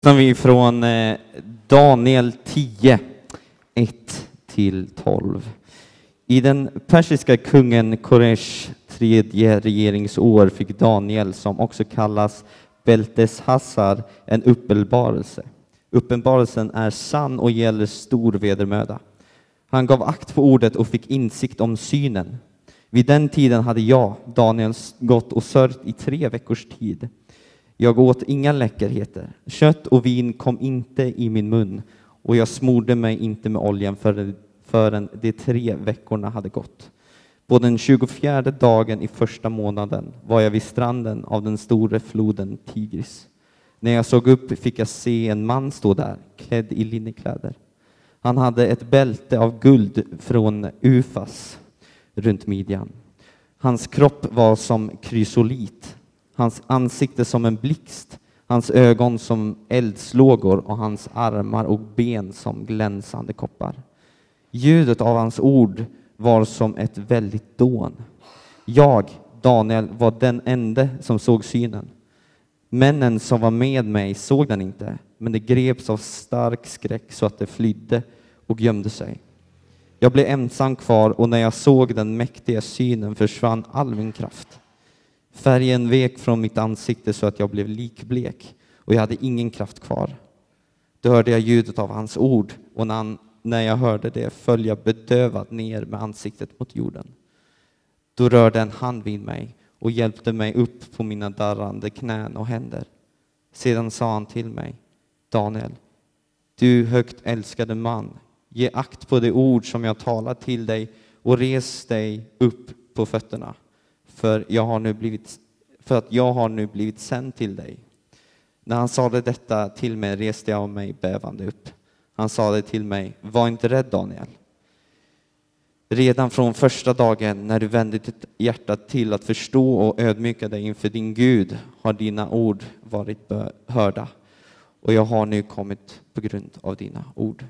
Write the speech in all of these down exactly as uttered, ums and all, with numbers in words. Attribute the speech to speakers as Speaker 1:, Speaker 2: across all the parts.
Speaker 1: Som vi från eh, Daniel tio, ett till tolv. I den persiska kungen Koresh tredje regeringsår fick Daniel, som också kallas Belteshazzar, en uppenbarelse. Uppenbarelsen är sann och gäller stor vedermöda. Han gav akt på ordet och fick insikt om synen. Vid den tiden hade jag, Daniel, gått och sörjt i tre veckors tid. Jag åt inga läckerheter. Kött och vin kom inte i min mun, och jag smorde mig inte med oljan förrän, förrän de tre veckorna hade gått. På den tjugofjärde dagen i första månaden var jag vid stranden av den stora floden Tigris. När jag såg upp fick jag se en man stå där, klädd i linnekläder. Han hade ett bälte av guld från Ufas runt midjan. Hans kropp var som krysolit, hans ansikte som en blixt, hans ögon som eldslågor och hans armar och ben som glänsande koppar. Ljudet av hans ord var som ett väldigt dån. Jag, Daniel, var den enda som såg synen. Männen som var med mig såg den inte, men det greps av stark skräck så att det flydde och gömde sig. Jag blev ensam kvar, och när jag såg den mäktiga synen försvann all min kraft. Färgen vek från mitt ansikte så att jag blev likblek, och jag hade ingen kraft kvar. Då hörde jag ljudet av hans ord, och när, han, när jag hörde det föll jag bedövad ner med ansiktet mot jorden. Då rörde en hand vid mig och hjälpte mig upp på mina darrande knän och händer. Sedan sa han till mig: Daniel, du högt älskade man, ge akt på det ord som jag talar till dig och res dig upp på fötterna, för, jag har nu blivit, för att jag har nu blivit sänd till dig. När han sa det detta till mig reste jag mig bävande upp. Han sa det till mig: var inte rädd, Daniel. Redan från första dagen när du vände ditt hjärta till att förstå och ödmjuka dig inför din Gud har dina ord varit hörda, och jag har nu kommit på grund av dina ord.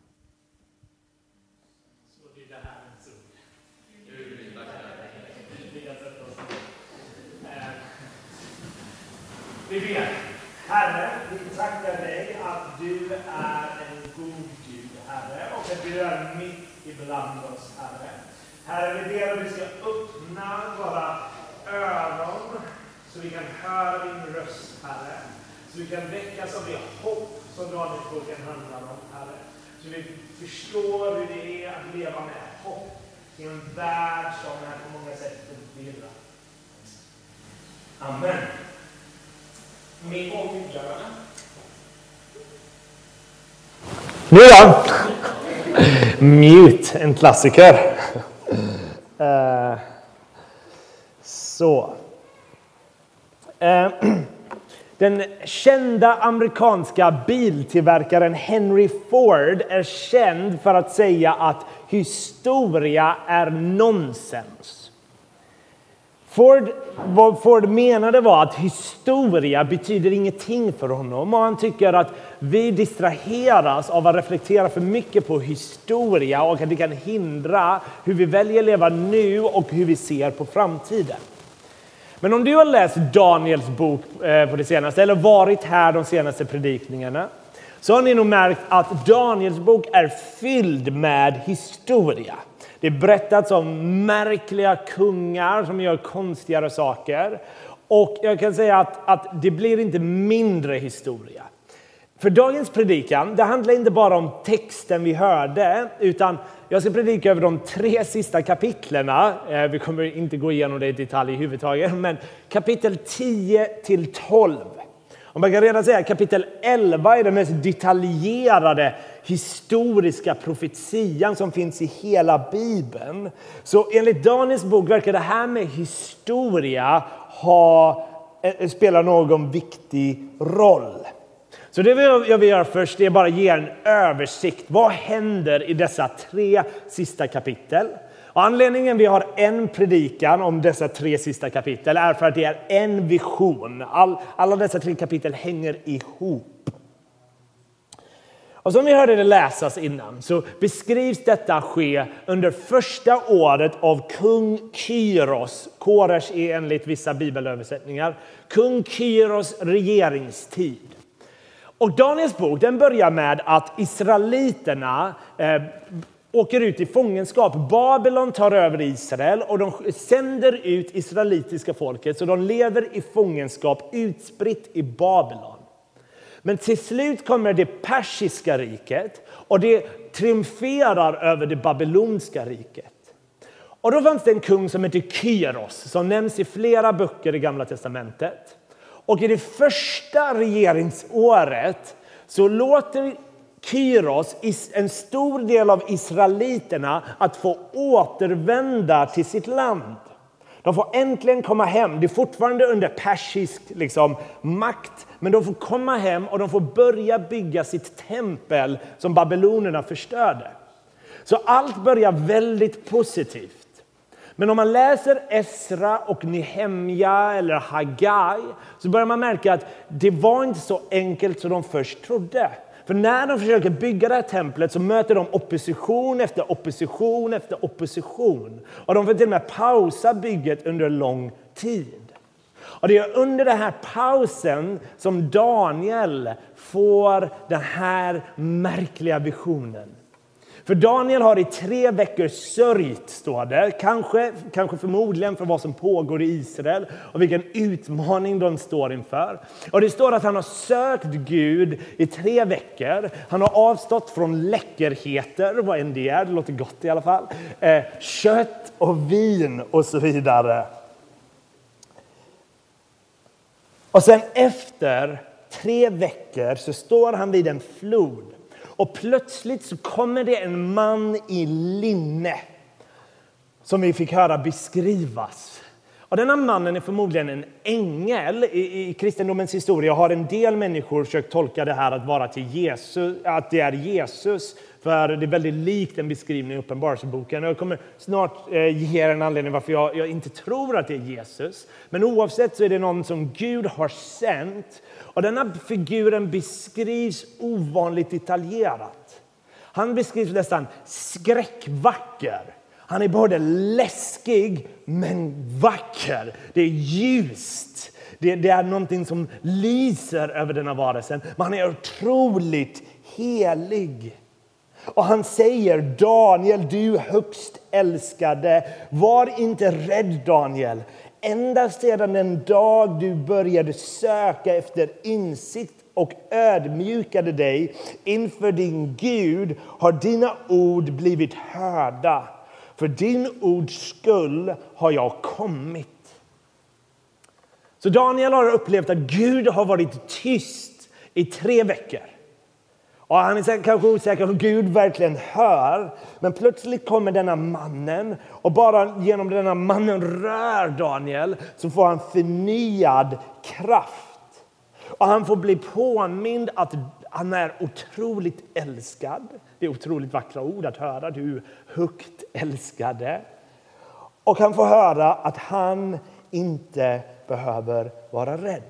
Speaker 2: Vi ber. Herre, vi tackar dig att du är en god Gud, Herre, och att du är mitt ibland oss, Herre. Herre, vi ber att du ska öppna våra öron så vi kan höra din röst, Herre. Så vi kan väckas av det hopp som Danielsboken handlar om, Herre. Så vi förstår hur det är att leva med hopp i en värld som är på många sätt förvirrad. Amen. Min och utgörarna. Nu då! Mute, en klassiker. Uh, så. Uh, den kända amerikanska biltillverkaren Henry Ford är känd för att säga att historia är nonsens. Ford, vad Ford menade var att historia betyder ingenting för honom, och han tycker att vi distraheras av att reflektera för mycket på historia och att det kan hindra hur vi väljer leva nu och hur vi ser på framtiden. Men om du har läst Daniels bok på det senaste eller varit här de senaste predikningarna, så har ni nog märkt att Daniels bok är fylld med historia. Det är berättats om märkliga kungar som gör konstigare saker. Och jag kan säga att, att det blir inte mindre historia. För dagens predikan, det handlar inte bara om texten vi hörde, utan jag ska predika över de tre sista kapitlerna. Vi kommer inte gå igenom det i detalj i huvudtaget, men kapitel tio till tolv. Och man kan redan säga att kapitel elva är den mest detaljerade historiska profetian som finns i hela Bibeln. Så enligt Daniels bok verkar det här med historia ha, spela någon viktig roll. Så det jag vill göra först är bara ge en översikt. Vad händer i dessa tre sista kapitel? Och anledningen vi har en predikan om dessa tre sista kapitel är för att det är en vision. All, alla dessa tre kapitel hänger ihop. Och som vi hörde det läsas innan så beskrivs detta ske under första året av kung Kyros. Koresh är enligt vissa bibelöversättningar kung Kyros regeringstid. Och Daniels bok, den börjar med att israeliterna eh, åker ut i fångenskap. Babylon tar över Israel och de sänder ut israelitiska folket. Så de lever i fångenskap utspritt i Babylon. Men till slut kommer det persiska riket och det triumferar över det babylonska riket. Och då fanns det en kung som heter Kyros som nämns i flera böcker i Gamla testamentet. Och i det första regeringsåret så låter Kyros en stor del av israeliterna att få återvända till sitt land. De får äntligen komma hem. Det är fortfarande under persisk liksom, makt. Men de får komma hem och de får börja bygga sitt tempel som babylonerna förstörde. Så allt börjar väldigt positivt. Men om man läser Esra och Nehemja eller Haggai så börjar man märka att det var inte så enkelt som de först trodde. För när de försöker bygga det här templet så möter de opposition efter opposition efter opposition. Och de får till och med pausa bygget under lång tid. Och det är under den här pausen som Daniel får den här märkliga visionen. För Daniel har i tre veckor sörjt, står det. Kanske, kanske förmodligen för vad som pågår i Israel och vilken utmaning de står inför. Och det står att han har sökt Gud i tre veckor. Han har avstått från läckerheter, vad än det är. Det låter gott i alla fall. Eh, kött och vin och så vidare. Och sen efter tre veckor så står han vid en flod. Och plötsligt så kommer det en man i linne som vi fick höra beskrivas. Och denna mannen är förmodligen en ängel. I, i kristendomens historia har en del människor försökt tolka det här att vara till Jesus, att det är Jesus. För det är väldigt likt en beskrivning i Uppenbarelseboken. Jag kommer snart eh, ge er en anledning varför jag, jag inte tror att det är Jesus. Men oavsett så är det någon som Gud har sänt. Och denna figuren beskrivs ovanligt detaljerat. Han beskrivs nästan skräckvacker. Han är både läskig men vacker. Det är ljust. Det, det är någonting som lyser över denna varelsen. Men han är otroligt helig. Och han säger: Daniel, du högst älskade, var inte rädd, Daniel. Ända sedan den dag du började söka efter insikt och ödmjukade dig inför din Gud har dina ord blivit hörda. För din ords skull har jag kommit. Så Daniel har upplevt att Gud har varit tyst i tre veckor. Och han är kanske osäker om Gud verkligen hör. Men plötsligt kommer denna mannen. Och bara genom denna mannen rör Daniel så får han förnyad kraft. Och han får bli påmind att han är otroligt älskad. Det är otroligt vackra ord att höra. Du är högt älskade. Och han får höra att han inte behöver vara rädd.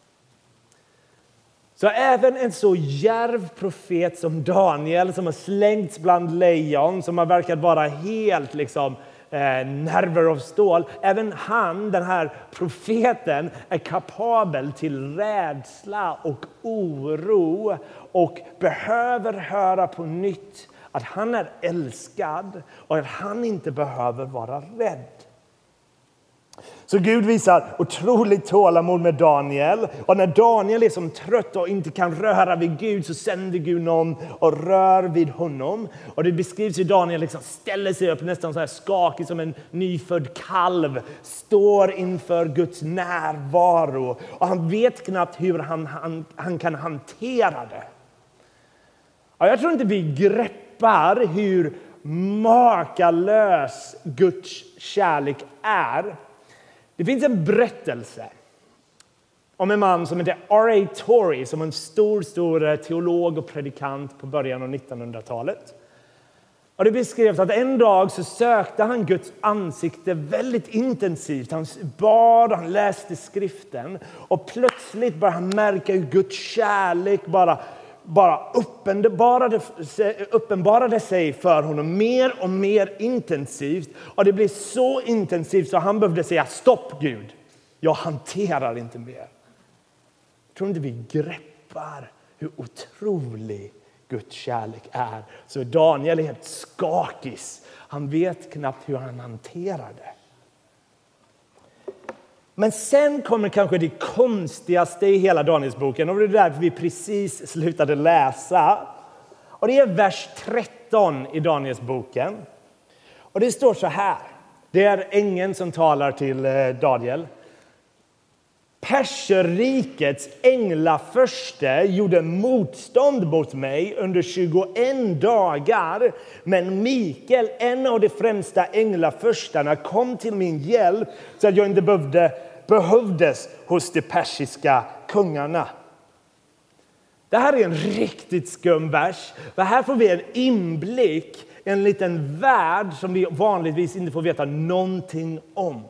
Speaker 2: Så även en så djärv profet som Daniel, som har slängts bland lejon, som har verkat vara helt liksom, eh, nerver av stål. Även han, den här profeten, är kapabel till rädsla och oro. Och behöver höra på nytt att han är älskad och att han inte behöver vara rädd. Så Gud visar otroligt tålamod med Daniel. Och när Daniel är som trött och inte kan röra vid Gud så sänder Gud någon och rör vid honom. Och det beskrivs hur Daniel liksom ställer sig upp nästan så här skakig som en nyfödd kalv. Står inför Guds närvaro. Och han vet knappt hur han, han, han kan hantera det. Och jag tror inte vi greppar hur makalös Guds kärlek är. Det finns en berättelse om en man som heter R A Torrey, som var en stor, stor teolog och predikant på början av nittonhundratalet. Och det beskrevs att en dag så sökte han Guds ansikte väldigt intensivt. Han bad, han läste skriften och plötsligt började han märka hur Guds kärlek bara bara uppenbarade, uppenbarade sig för honom mer och mer intensivt. Och det blev så intensivt så han behövde säga: stopp Gud, jag hanterar inte mer. Jag tror inte vi greppar hur otrolig Guds kärlek är. Så Daniel är helt skakis. Han vet knappt hur han hanterar det. Men sen kommer kanske det konstigaste i hela Danielsboken. Och det är därför vi precis slutade läsa. Och det är vers tretton i Danielsboken. Och det står så här. Det är ängeln som talar till Daniel. Perserrikets änglaförste gjorde motstånd mot mig under tjugoen dagar. Men Mikael, en av de främsta änglafürstarna, kom till min hjälp så att jag inte behövde, behövdes hos de persiska kungarna. Det här är en riktigt skum vers. För här får vi en inblick i en liten värld som vi vanligtvis inte får veta någonting om.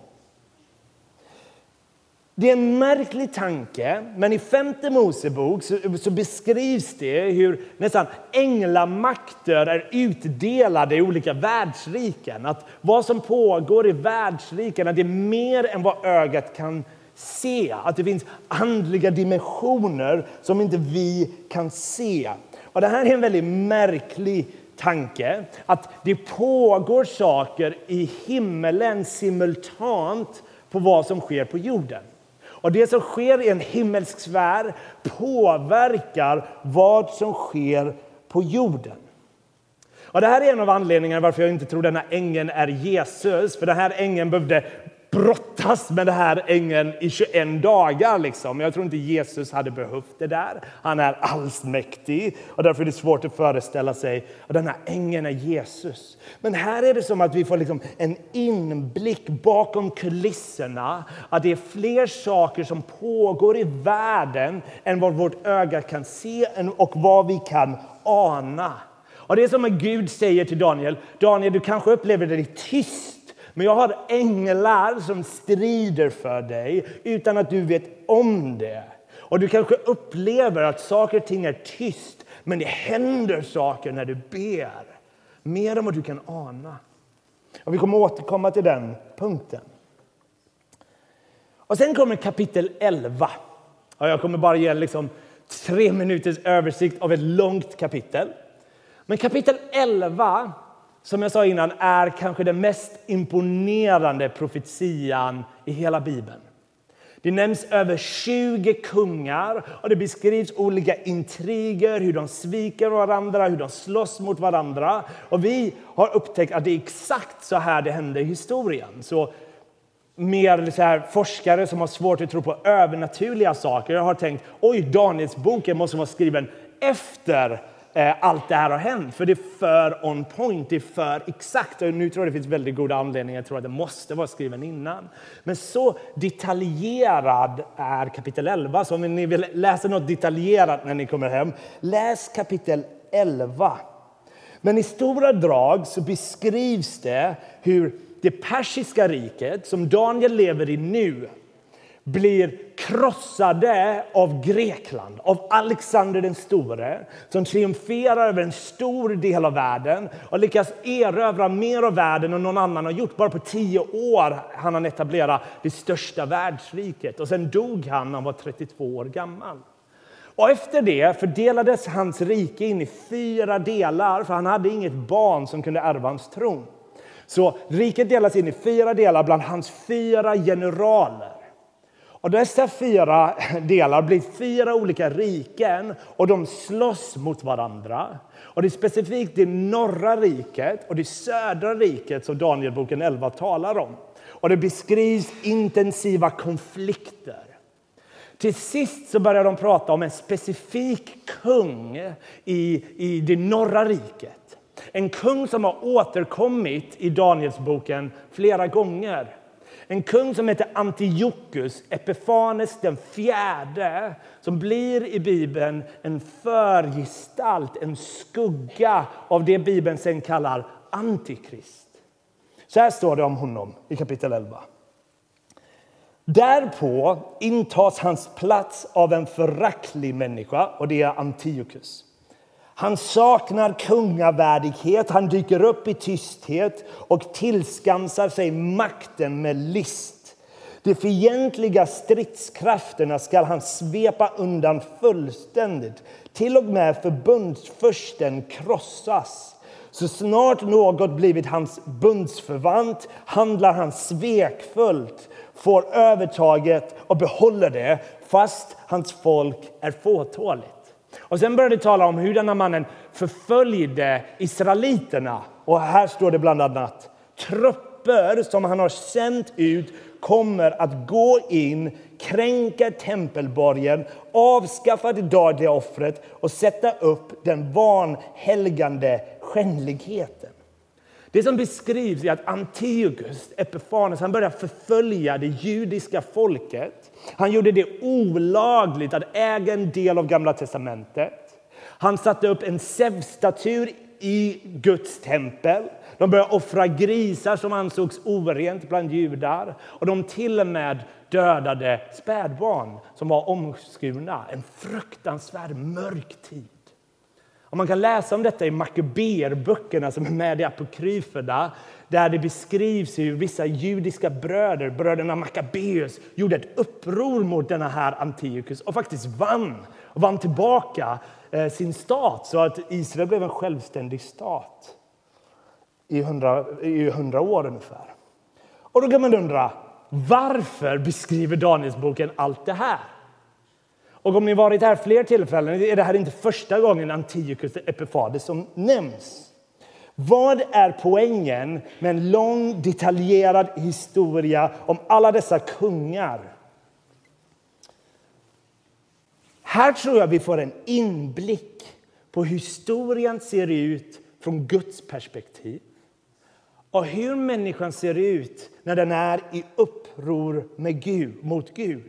Speaker 2: Det är en märklig tanke, men i femte Mosebok så, så beskrivs det hur nästan änglamakter är utdelade i olika världsriken. Att vad som pågår i världsriken, att det är mer än vad ögat kan se. Att det finns andliga dimensioner som inte vi kan se. Och det här är en väldigt märklig tanke. Att det pågår saker i himmelen simultant på vad som sker på jorden. Och det som sker i en himmelsk sfär påverkar vad som sker på jorden. Och det här är en av anledningarna varför jag inte tror denna ängeln är Jesus. För den här ängeln behövde brottas med den här ängeln i tjugoen dagar. Liksom. Jag tror inte Jesus hade behövt det där. Han är allsmäktig och därför är det svårt att föreställa sig att den här ängeln är Jesus. Men här är det som att vi får liksom en inblick bakom kulisserna. Att det är fler saker som pågår i världen än vad vårt öga kan se och vad vi kan ana. Och det är som att Gud säger till Daniel: Daniel, du kanske upplever dig tyst. Men jag har änglar som strider för dig utan att du vet om det. Och du kanske upplever att saker och ting är tyst. Men det händer saker när du ber. Mer än vad du kan ana. Och vi kommer återkomma till den punkten. Och sen kommer kapitel elva. Och jag kommer bara ge liksom tre minuters översikt av ett långt kapitel. Men kapitel elva, som jag sa innan, är kanske den mest imponerande profetian i hela Bibeln. Det nämns över tjugo kungar och det beskrivs olika intriger, hur de sviker varandra, hur de slåss mot varandra. Och vi har upptäckt att det är exakt så här det hände i historien. Så mer så här forskare som har svårt att tro på övernaturliga saker har tänkt, oj, Daniels boken måste vara skriven efter allt det här har hänt. För det är för on point, det är för exakt. Och nu tror jag det finns väldigt goda anledningar. Jag tror att det måste vara skriven innan. Men så detaljerad är kapitel elva. Så om ni vill läsa något detaljerat när ni kommer hem, läs kapitel elva. Men i stora drag så beskrivs det hur det persiska riket, som Daniel lever i nu, blir krossade av Grekland, av Alexander den store, som triumferar över en stor del av världen och lyckas erövra mer av världen än någon annan har gjort. Bara på tio år han han etablerat det största världsriket. Och sen dog han när han var trettiotvå år gammal. Och efter det fördelades hans rike in i fyra delar, för han hade inget barn som kunde ärva hans tron. Så riket delas in i fyra delar bland hans fyra generaler. Och dessa fyra delar blir fyra olika riken och de slåss mot varandra. Och det är specifikt det norra riket och det södra riket som Danielboken elva talar om. Och det beskrivs intensiva konflikter. Till sist så börjar de prata om en specifik kung i, i det norra riket. En kung som har återkommit i Danielsboken flera gånger. En kung som heter Antiochus Epiphanes den fjärde, som blir i Bibeln en förgestalt, en skugga av det Bibeln sen kallar Antikrist. Så här står det om honom i kapitel elva. Därpå intas hans plats av en föraktlig människa, och det är Antiochus. Han saknar kungavärdighet, han dyker upp i tysthet och tillskansar sig makten med list. De fientliga stridskrafterna ska han svepa undan fullständigt. Till och med förbundsförsten krossas. Så snart något blivit hans bundsförvant handlar han svekfullt, får övertaget och behåller det fast hans folk är fåtåligt. Och sen börjar det tala om hur denna mannen förföljde israeliterna. Och här står det bland annat: trupper som han har sänt ut kommer att gå in, kränka tempelborgen, avskaffa det dagliga offret och sätta upp den vanhelgande skändligheten. Det som beskrivs är att Antiochus Epiphanes, han började förfölja det judiska folket. Han gjorde det olagligt att äga en del av Gamla testamentet. Han satte upp en Zeus-staty i Guds tempel. De började offra grisar som ansågs orent bland judar. Och de till och med dödade spädbarn som var omskurna. En fruktansvärd mörk tid. Och man kan läsa om detta i Makabeerböckerna som är med i apokryferna, där det beskrivs hur vissa judiska bröder, bröderna Makabeus, gjorde ett uppror mot denna här Antiochus och faktiskt vann. Och vann tillbaka eh, sin stat så att Israel blev en självständig stat i hundra, i hundra år ungefär. Och då kan man undra, varför beskriver Danielsboken allt det här? Och om ni varit här fler tillfällen är det här inte första gången Antiochus Epiphanes som nämns. Vad är poängen med en lång detaljerad historia om alla dessa kungar? Här tror jag vi får en inblick på hur historien ser ut från Guds perspektiv. Och hur människan ser ut när den är i uppror med Gud, mot Gud.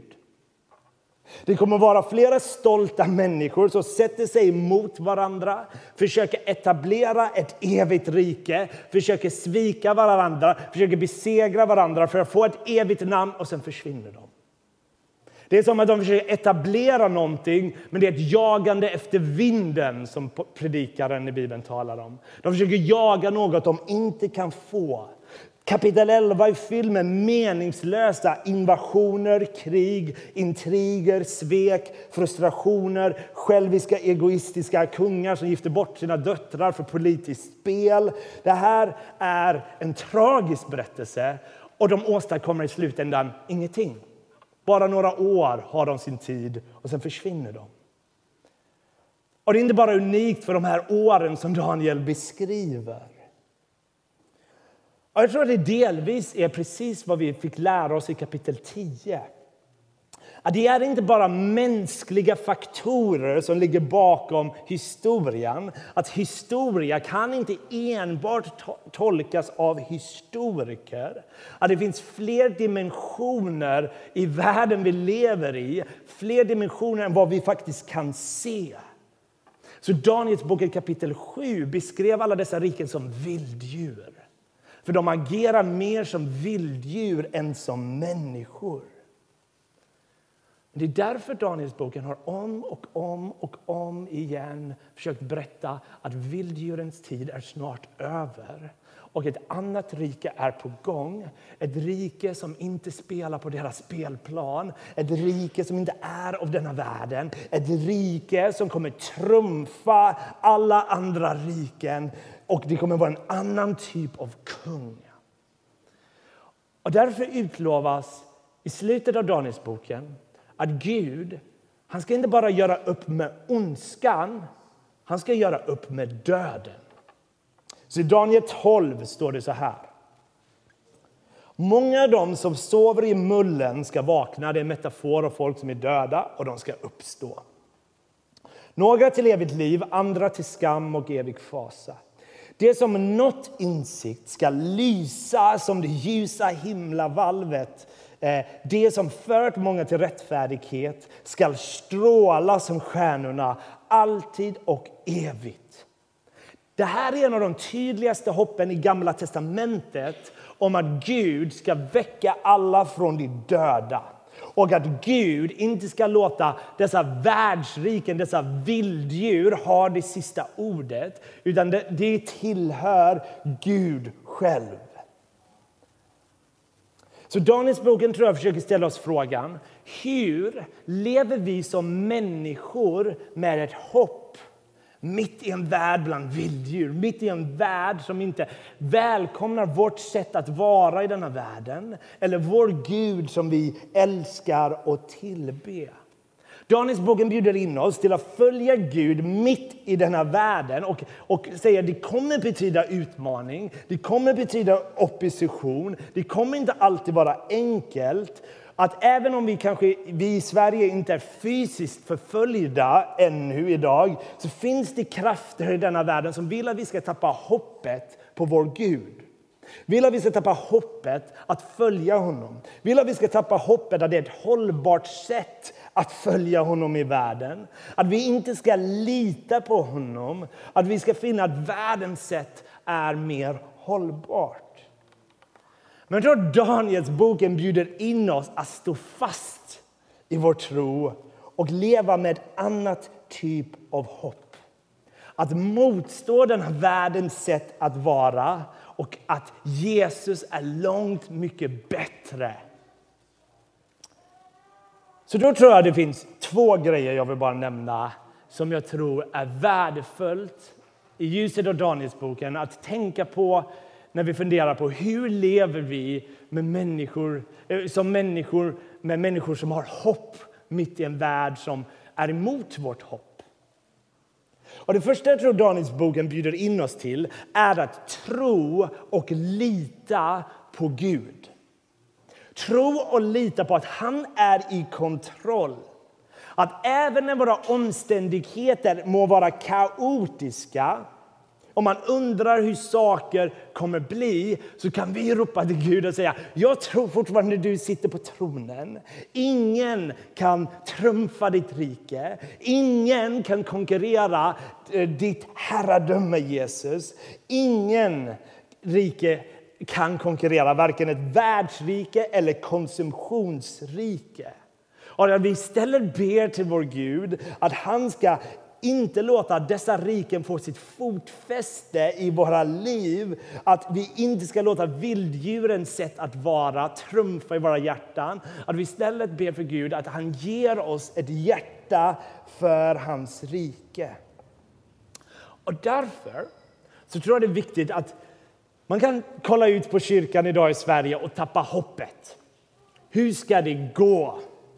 Speaker 2: Det kommer vara flera stolta människor som sätter sig mot varandra, försöker etablera ett evigt rike, försöker svika varandra, försöker besegra varandra för att få ett evigt namn och sen försvinner de. Det är som att de försöker etablera någonting, men det är ett jagande efter vinden som predikaren i Bibeln talar om. De försöker jaga något de inte kan få. Kapitel elva är fylld med meningslösa invasioner, krig, intriger, svek, frustrationer, själviska, egoistiska kungar som gifter bort sina döttrar för politiskt spel. Det här är en tragisk berättelse och de åstadkommer i slutändan ingenting. Bara några år har de sin tid och sen försvinner de. Och det är inte bara unikt för de här åren som Daniel beskriver. Och jag tror att det delvis är precis vad vi fick lära oss i kapitel tio. Att det är inte bara mänskliga faktorer som ligger bakom historien. Att historia kan inte enbart to- tolkas av historiker. Att det finns fler dimensioner i världen vi lever i. Fler dimensioner än vad vi faktiskt kan se. Så Daniels bok i kapitel sju beskrev alla dessa riken som vilddjur. För de agerar mer som vilddjur än som människor. Det är därför Danielsboken har om och om och om igen försökt berätta att vilddjurens tid är snart över. Och ett annat rike är på gång. Ett rike som inte spelar på deras spelplan. Ett rike som inte är av denna världen. Ett rike som kommer trumfa alla andra riken. Och det kommer vara en annan typ av kung. Och därför utlovas i slutet av Danielsboken att Gud, han ska inte bara göra upp med ondskan, han ska göra upp med döden. Så i Daniel tolv står det så här. Många av dem som sover i mullen ska vakna. Det är en metafor av folk som är döda och de ska uppstå. Några till evigt liv, andra till skam och evig fasa. Det som nått insikt ska lysa som det ljusa himlavalvet. Det som fört många till rättfärdighet ska stråla som stjärnorna alltid och evigt. Det här är en av de tydligaste hoppen i Gamla testamentet om att Gud ska väcka alla från de döda. Och att Gud inte ska låta dessa världsriken, dessa vilddjur ha det sista ordet. Utan det, det tillhör Gud själv. Så Danielsboken tror jag försöker ställa oss frågan: hur lever vi som människor med ett hopp mitt i en värld bland vilddjur, mitt i en värld som inte välkomnar vårt sätt att vara i denna världen, eller vår Gud som vi älskar och tillber? Danielsboken bjuder in oss till att följa Gud mitt i denna världen och, och säger att det kommer betyda utmaning, det kommer betyda opposition, det kommer inte alltid vara enkelt. Att även om vi kanske vi i Sverige inte är fysiskt förföljda ännu idag, så finns det krafter i denna världen som vill att vi ska tappa hoppet på vår Gud. Vill att vi ska tappa hoppet att följa honom. Vill att vi ska tappa hoppet att det är ett hållbart sätt att följa honom i världen. Att vi inte ska lita på honom. Att vi ska finna att världens sätt är mer hållbart. Men jag tror att Danielsboken bjuder in oss att stå fast i vår tro och leva med ett annat typ av hopp. Att motstå den här världens sätt att vara och att Jesus är långt mycket bättre. Så då tror jag det finns två grejer jag vill bara nämna som jag tror är värdefullt i ljuset av Danielsboken att tänka på när vi funderar på hur lever vi med människor, som människor med människor som har hopp mitt i en värld som är emot vårt hopp. Och det första jag tror Danielsboken bjuder in oss till är att tro och lita på Gud. Tro och lita på att han är i kontroll. Att även när våra omständigheter må vara kaotiska, om man undrar hur saker kommer bli, så kan vi ropa till Gud och säga: jag tror fortfarande du sitter på tronen. Ingen kan trumfa ditt rike. Ingen kan konkurrera ditt herradöme, Jesus. Ingen rike kan konkurrera varken ett världsrike eller konsumtionsrike. Och när vi istället ber till vår Gud att han ska inte låta dessa riken få sitt fotfäste i våra liv. Att vi inte ska låta vilddjurens sätt att vara trumfa i våra hjärtan. Att vi istället ber för Gud att han ger oss ett hjärta för hans rike. Och därför så tror jag det är viktigt att man kan kolla ut på kyrkan idag i Sverige och tappa hoppet. Hur ska det gå?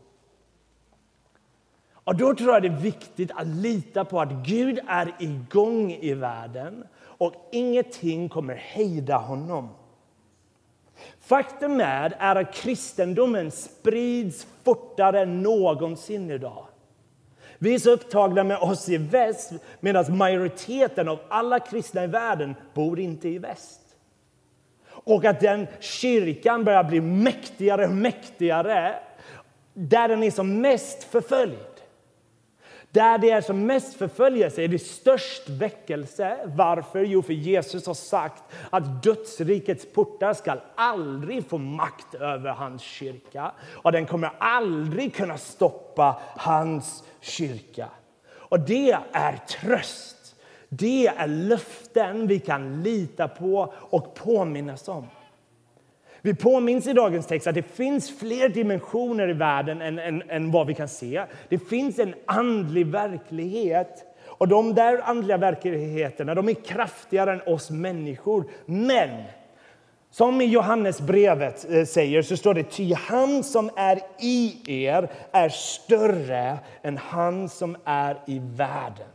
Speaker 2: Och då tror jag det är viktigt att lita på att Gud är igång i världen och ingenting kommer hejda honom. Faktum är, är att kristendomen sprids fortare än någonsin idag. Vi är så upptagna med oss i väst medan majoriteten av alla kristna i världen bor inte i väst. Och att den kyrkan börjar bli mäktigare och mäktigare där den är som mest förföljd. Där det är som mest förföljelse är det störst väckelse. Varför? Jo, för Jesus har sagt att dödsrikets portar ska aldrig få makt över hans kyrka. Och den kommer aldrig kunna stoppa hans kyrka. Och det är tröst. Det är löften vi kan lita på och påminnas om. Vi påminns i dagens text att det finns fler dimensioner i världen än, än, än vad vi kan se. Det finns en andlig verklighet. Och de där andliga verkligheterna, de är kraftigare än oss människor. Men som i Johannesbrevet säger så står det: ty han som är i er är större än han som är i världen.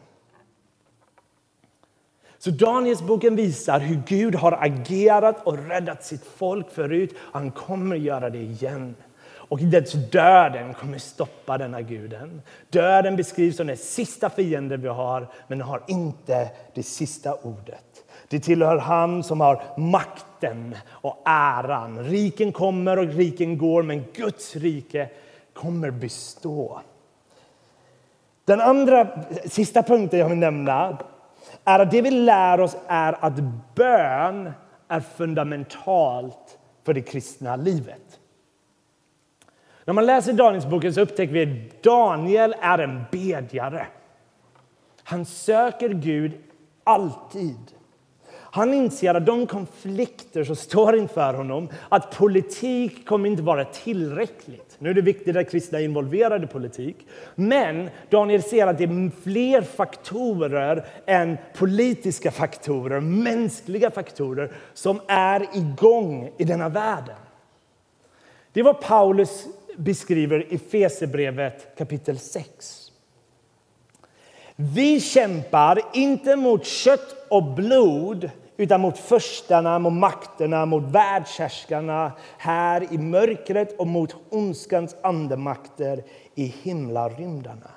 Speaker 2: Så Danielsboken visar hur Gud har agerat och räddat sitt folk förut. Han kommer göra det igen. Och dess döden kommer stoppa denna guden. Döden beskrivs som den sista fienden vi har, men har inte det sista ordet. Det tillhör han som har makten och äran. Riken kommer och riken går, men Guds rike kommer bestå. Den andra, sista punkten jag vill nämna är att det vi lär oss är att bön är fundamentalt för det kristna livet. När man läser Danielsboken så upptäcker vi att Daniel är en bedjare. Han söker Gud alltid. Han inser att de konflikter som står inför honom, att politik kommer inte vara tillräckligt. Nu är det viktigt att kristna är involverade i politik. Men Daniel ser att det är fler faktorer än politiska faktorer, mänskliga faktorer som är igång i denna världen. Det var Paulus beskriver i Efesierbrevet kapitel sex. Vi kämpar inte mot kött och blod utan mot förstarna, mot makterna, mot världshärskarna här i mörkret och mot ondskans andemakter i himlarymdarna.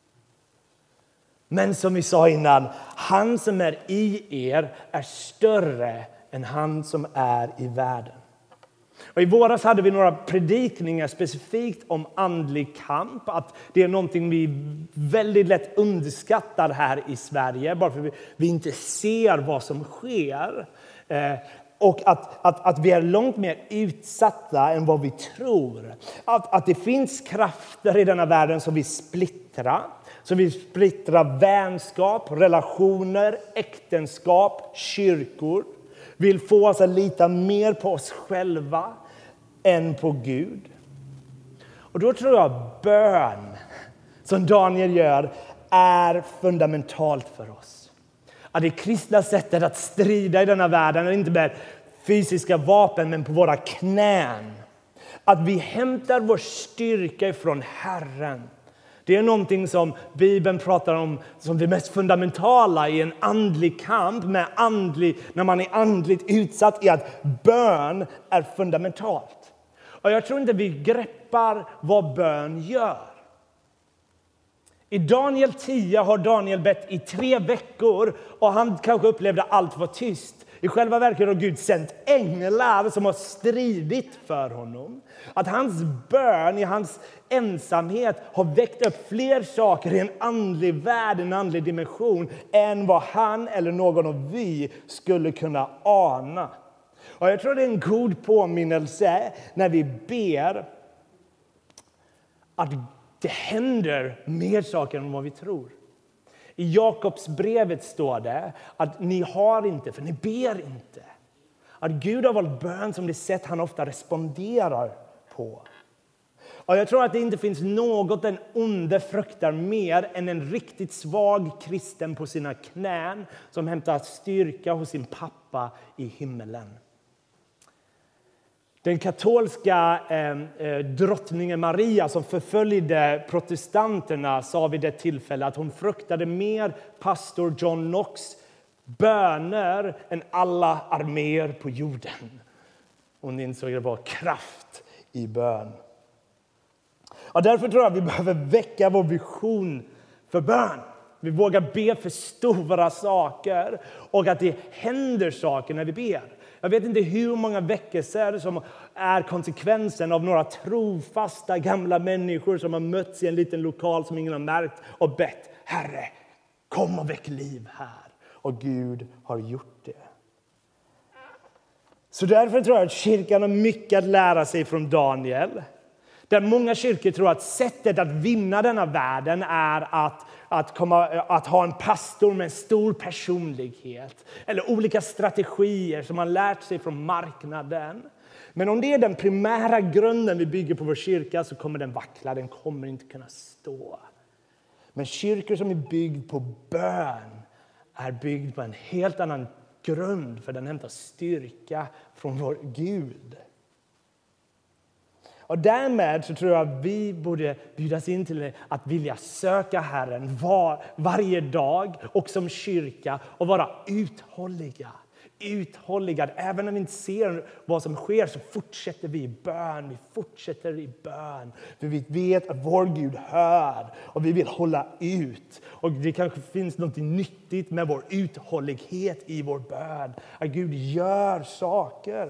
Speaker 2: Men som vi sa innan, han som är i er är större än han som är i världen. Och i våras hade vi några predikningar specifikt om andlig kamp. Att det är någonting vi väldigt lätt underskattar här i Sverige. Bara för att vi inte ser vad som sker. Eh, och att, att, att vi är långt mer utsatta än vad vi tror. Att, att det finns krafter i denna världen som vill splittra. Som vill splittra vänskap, relationer, äktenskap, kyrkor. Vill få oss att lita mer på oss själva än på Gud. Och då tror jag bön, som Daniel gör, är fundamentalt för oss. Att det kristna sättet att strida i denna världen är inte med fysiska vapen men på våra knän. Att vi hämtar vår styrka ifrån Herren. Det är någonting som Bibeln pratar om som det mest fundamentala i en andlig kamp. Med andlig, när man är andligt utsatt i att bön är fundamentalt. Och jag tror inte vi greppar vad bön gör. I Daniel tio har Daniel bett i tre veckor och han kanske upplevde allt var tyst. I själva verket har Gud sänt änglar som har stridit för honom. Att hans bön i hans ensamhet har väckt upp fler saker i en andlig värld, en andlig dimension än vad han eller någon av vi skulle kunna ana. Och jag tror det är en god påminnelse när vi ber att det händer mer saker än vad vi tror. I Jakobs brevet står det att ni har inte, för ni ber inte. Att Gud har valt bön som det sätt han ofta responderar på. Och jag tror att det inte finns något den onde fruktar mer än en riktigt svag kristen på sina knän som hämtar styrka hos sin pappa i himmelen. Den katolska eh, drottningen Maria som förföljde protestanterna sa vid det tillfälle att hon fruktade mer pastor John Knox böner än alla arméer på jorden. Hon insåg att det var kraft i bön. Och därför tror jag att vi behöver väcka vår vision för bön. Vi vågar be för stora saker och att det händer saker när vi ber. Jag vet inte hur många väckelser som är konsekvensen av några trofasta gamla människor som har mötts i en liten lokal som ingen har märkt och bett: Herre, kom och väck liv här. Och Gud har gjort det. Så därför tror jag att kyrkan har mycket att lära sig från Daniel. Där många kyrkor tror att sättet att vinna denna världen är att, att, komma, att ha en pastor med en stor personlighet. Eller olika strategier som man lärt sig från marknaden. Men om det är den primära grunden vi bygger på vår kyrka så kommer den vackla, den kommer inte kunna stå. Men kyrkor som är byggd på bön är byggd på en helt annan grund, för den hämtar styrka från vår Gud. Och därmed så tror jag att vi borde bjudas in till att vilja söka Herren var, varje dag och som kyrka och vara uthålliga. Uthålliga. Även när vi inte ser vad som sker så fortsätter vi i bön. Vi fortsätter i bön. För vi vet att vår Gud hör och vi vill hålla ut. Och det kanske finns något nyttigt med vår uthållighet i vår bön. Att Gud gör saker.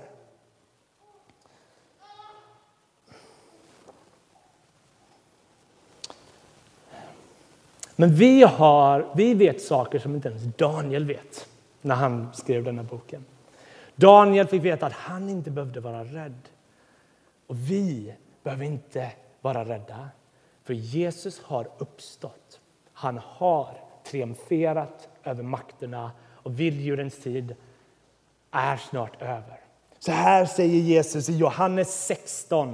Speaker 2: Men vi, har, vi vet saker som inte ens Daniel vet när han skrev den här boken. Daniel fick veta att han inte behövde vara rädd. Och vi behöver inte vara rädda. För Jesus har uppstått. Han har triumferat över makterna och vilddjurens tid är snart över. Så här säger Jesus i Johannes sexton.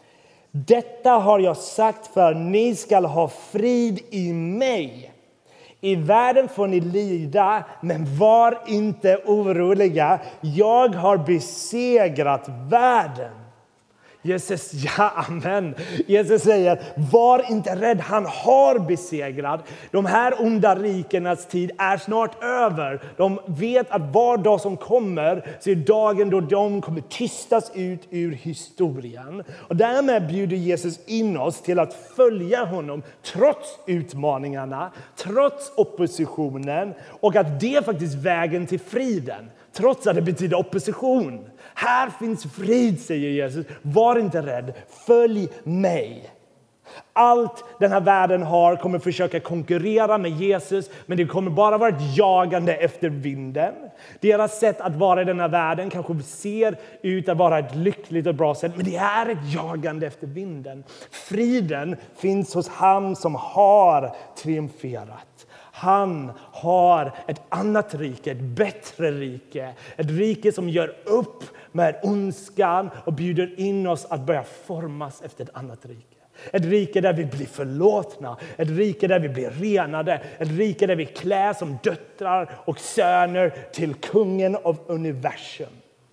Speaker 2: Detta har jag sagt för att ni ska ha frid i mig. I världen får ni lida, men var inte oroliga. Jag har besegrat världen. Jesus, ja, amen. Jesus säger, var inte rädd, han har besegrat. De här onda rikenas tid är snart över. De vet att var dag som kommer så är dagen då de kommer tystas ut ur historien. Och därmed bjuder Jesus in oss till att följa honom trots utmaningarna, trots oppositionen. Och att det är faktiskt vägen till friden, trots att det betyder opposition. Här finns frid, säger Jesus. Var inte rädd. Följ mig. Allt den här världen har kommer försöka konkurrera med Jesus. Men det kommer bara vara ett jagande efter vinden. Deras sätt att vara i den här världen kanske ser ut att vara ett lyckligt och bra sätt. Men det är ett jagande efter vinden. Friden finns hos han som har triumferat. Han har ett annat rike, ett bättre rike. Ett rike som gör upp med ondskan och bjuder in oss att börja formas efter ett annat rike. Ett rike där vi blir förlåtna, ett rike där vi blir renade, ett rike där vi klär som döttrar och söner till kungen av universum.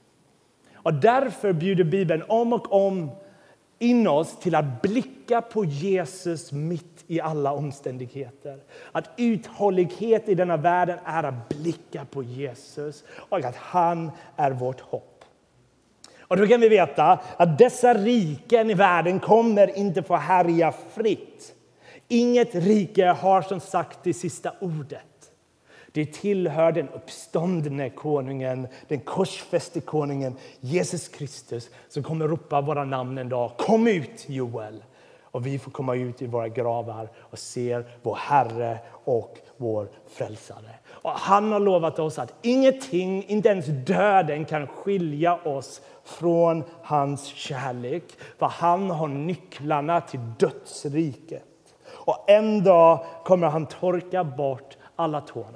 Speaker 2: Och därför bjuder Bibeln om och om in oss till att blicka på Jesus mitt i alla omständigheter. Att uthållighet i denna världen är att blicka på Jesus och att han är vårt hopp. Och då kan vi veta att dessa riken i världen kommer inte få härja fritt. Inget rike har som sagt det sista ordet. Det tillhör den uppståndne konungen, den korsfäste konungen, Jesus Kristus, som kommer ropa våra namn en dag. Kom ut, Joel! Och vi får komma ut i våra gravar och se vår Herre och vår frälsare. Och han har lovat oss att ingenting, inte ens döden, kan skilja oss från hans kärlek. För han har nycklarna till dödsriket. Och en dag kommer han torka bort alla tårar.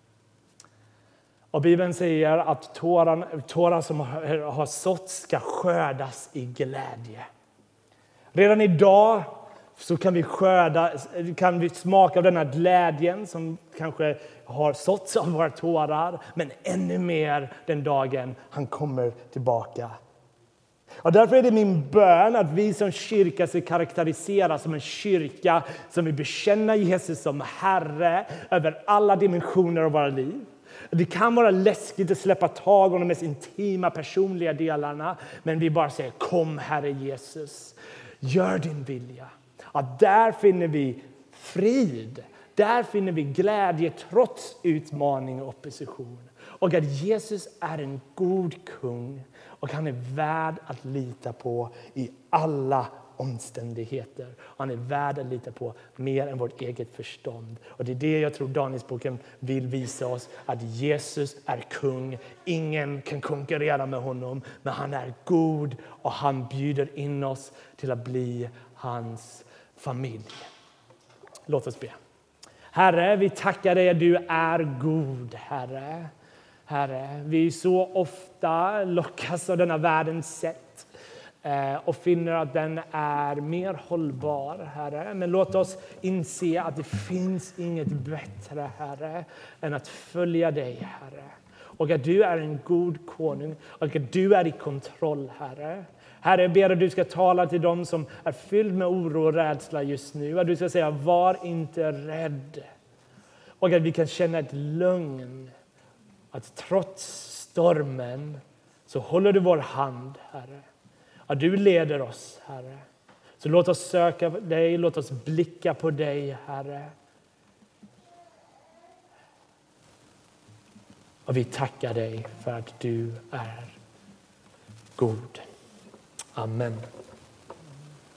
Speaker 2: Och Bibeln säger att tårar, tårar som har såtts ska skördas i glädje. Redan idag så kan vi skörda, kan vi smaka av den här glädjen som kanske har såtts av våra tårar. Men ännu mer den dagen han kommer tillbaka. Och därför är det min bön att vi som kyrka ska karaktäriseras som en kyrka som vill bekänna Jesus som Herre över alla dimensioner av våra liv. Det kan vara läskigt att släppa tag om de mest intima personliga delarna. Men vi bara säger, kom Herre Jesus, gör din vilja. Att där finner vi frid, där finner vi glädje trots utmaning och opposition. Och att Jesus är en god kung och han är värd att lita på i alla omständigheter. Han är värd att lita på mer än vårt eget förstånd. Och det är det jag tror Danielsboken vill visa oss. Att Jesus är kung. Ingen kan konkurrera med honom. Men han är god och han bjuder in oss till att bli hans familj. Låt oss be. Herre, vi tackar dig att du är god, Herre. Herre, vi så ofta lockas av denna världens sätt. Och finner att den är mer hållbar, Herre. Men låt oss inse att det finns inget bättre, Herre, än att följa dig, Herre. Och att du är en god konung och att du är i kontroll, Herre. Herre, jag ber att du ska tala till dem som är fylld med oro och rädsla just nu. Att du ska säga, var inte rädd. Och att vi kan känna ett lugn. Att trots stormen så håller du vår hand, Herre. Att du leder oss, Herre. Så låt oss söka dig, låt oss blicka på dig, Herre. Och vi tackar dig för att du är god. Amen.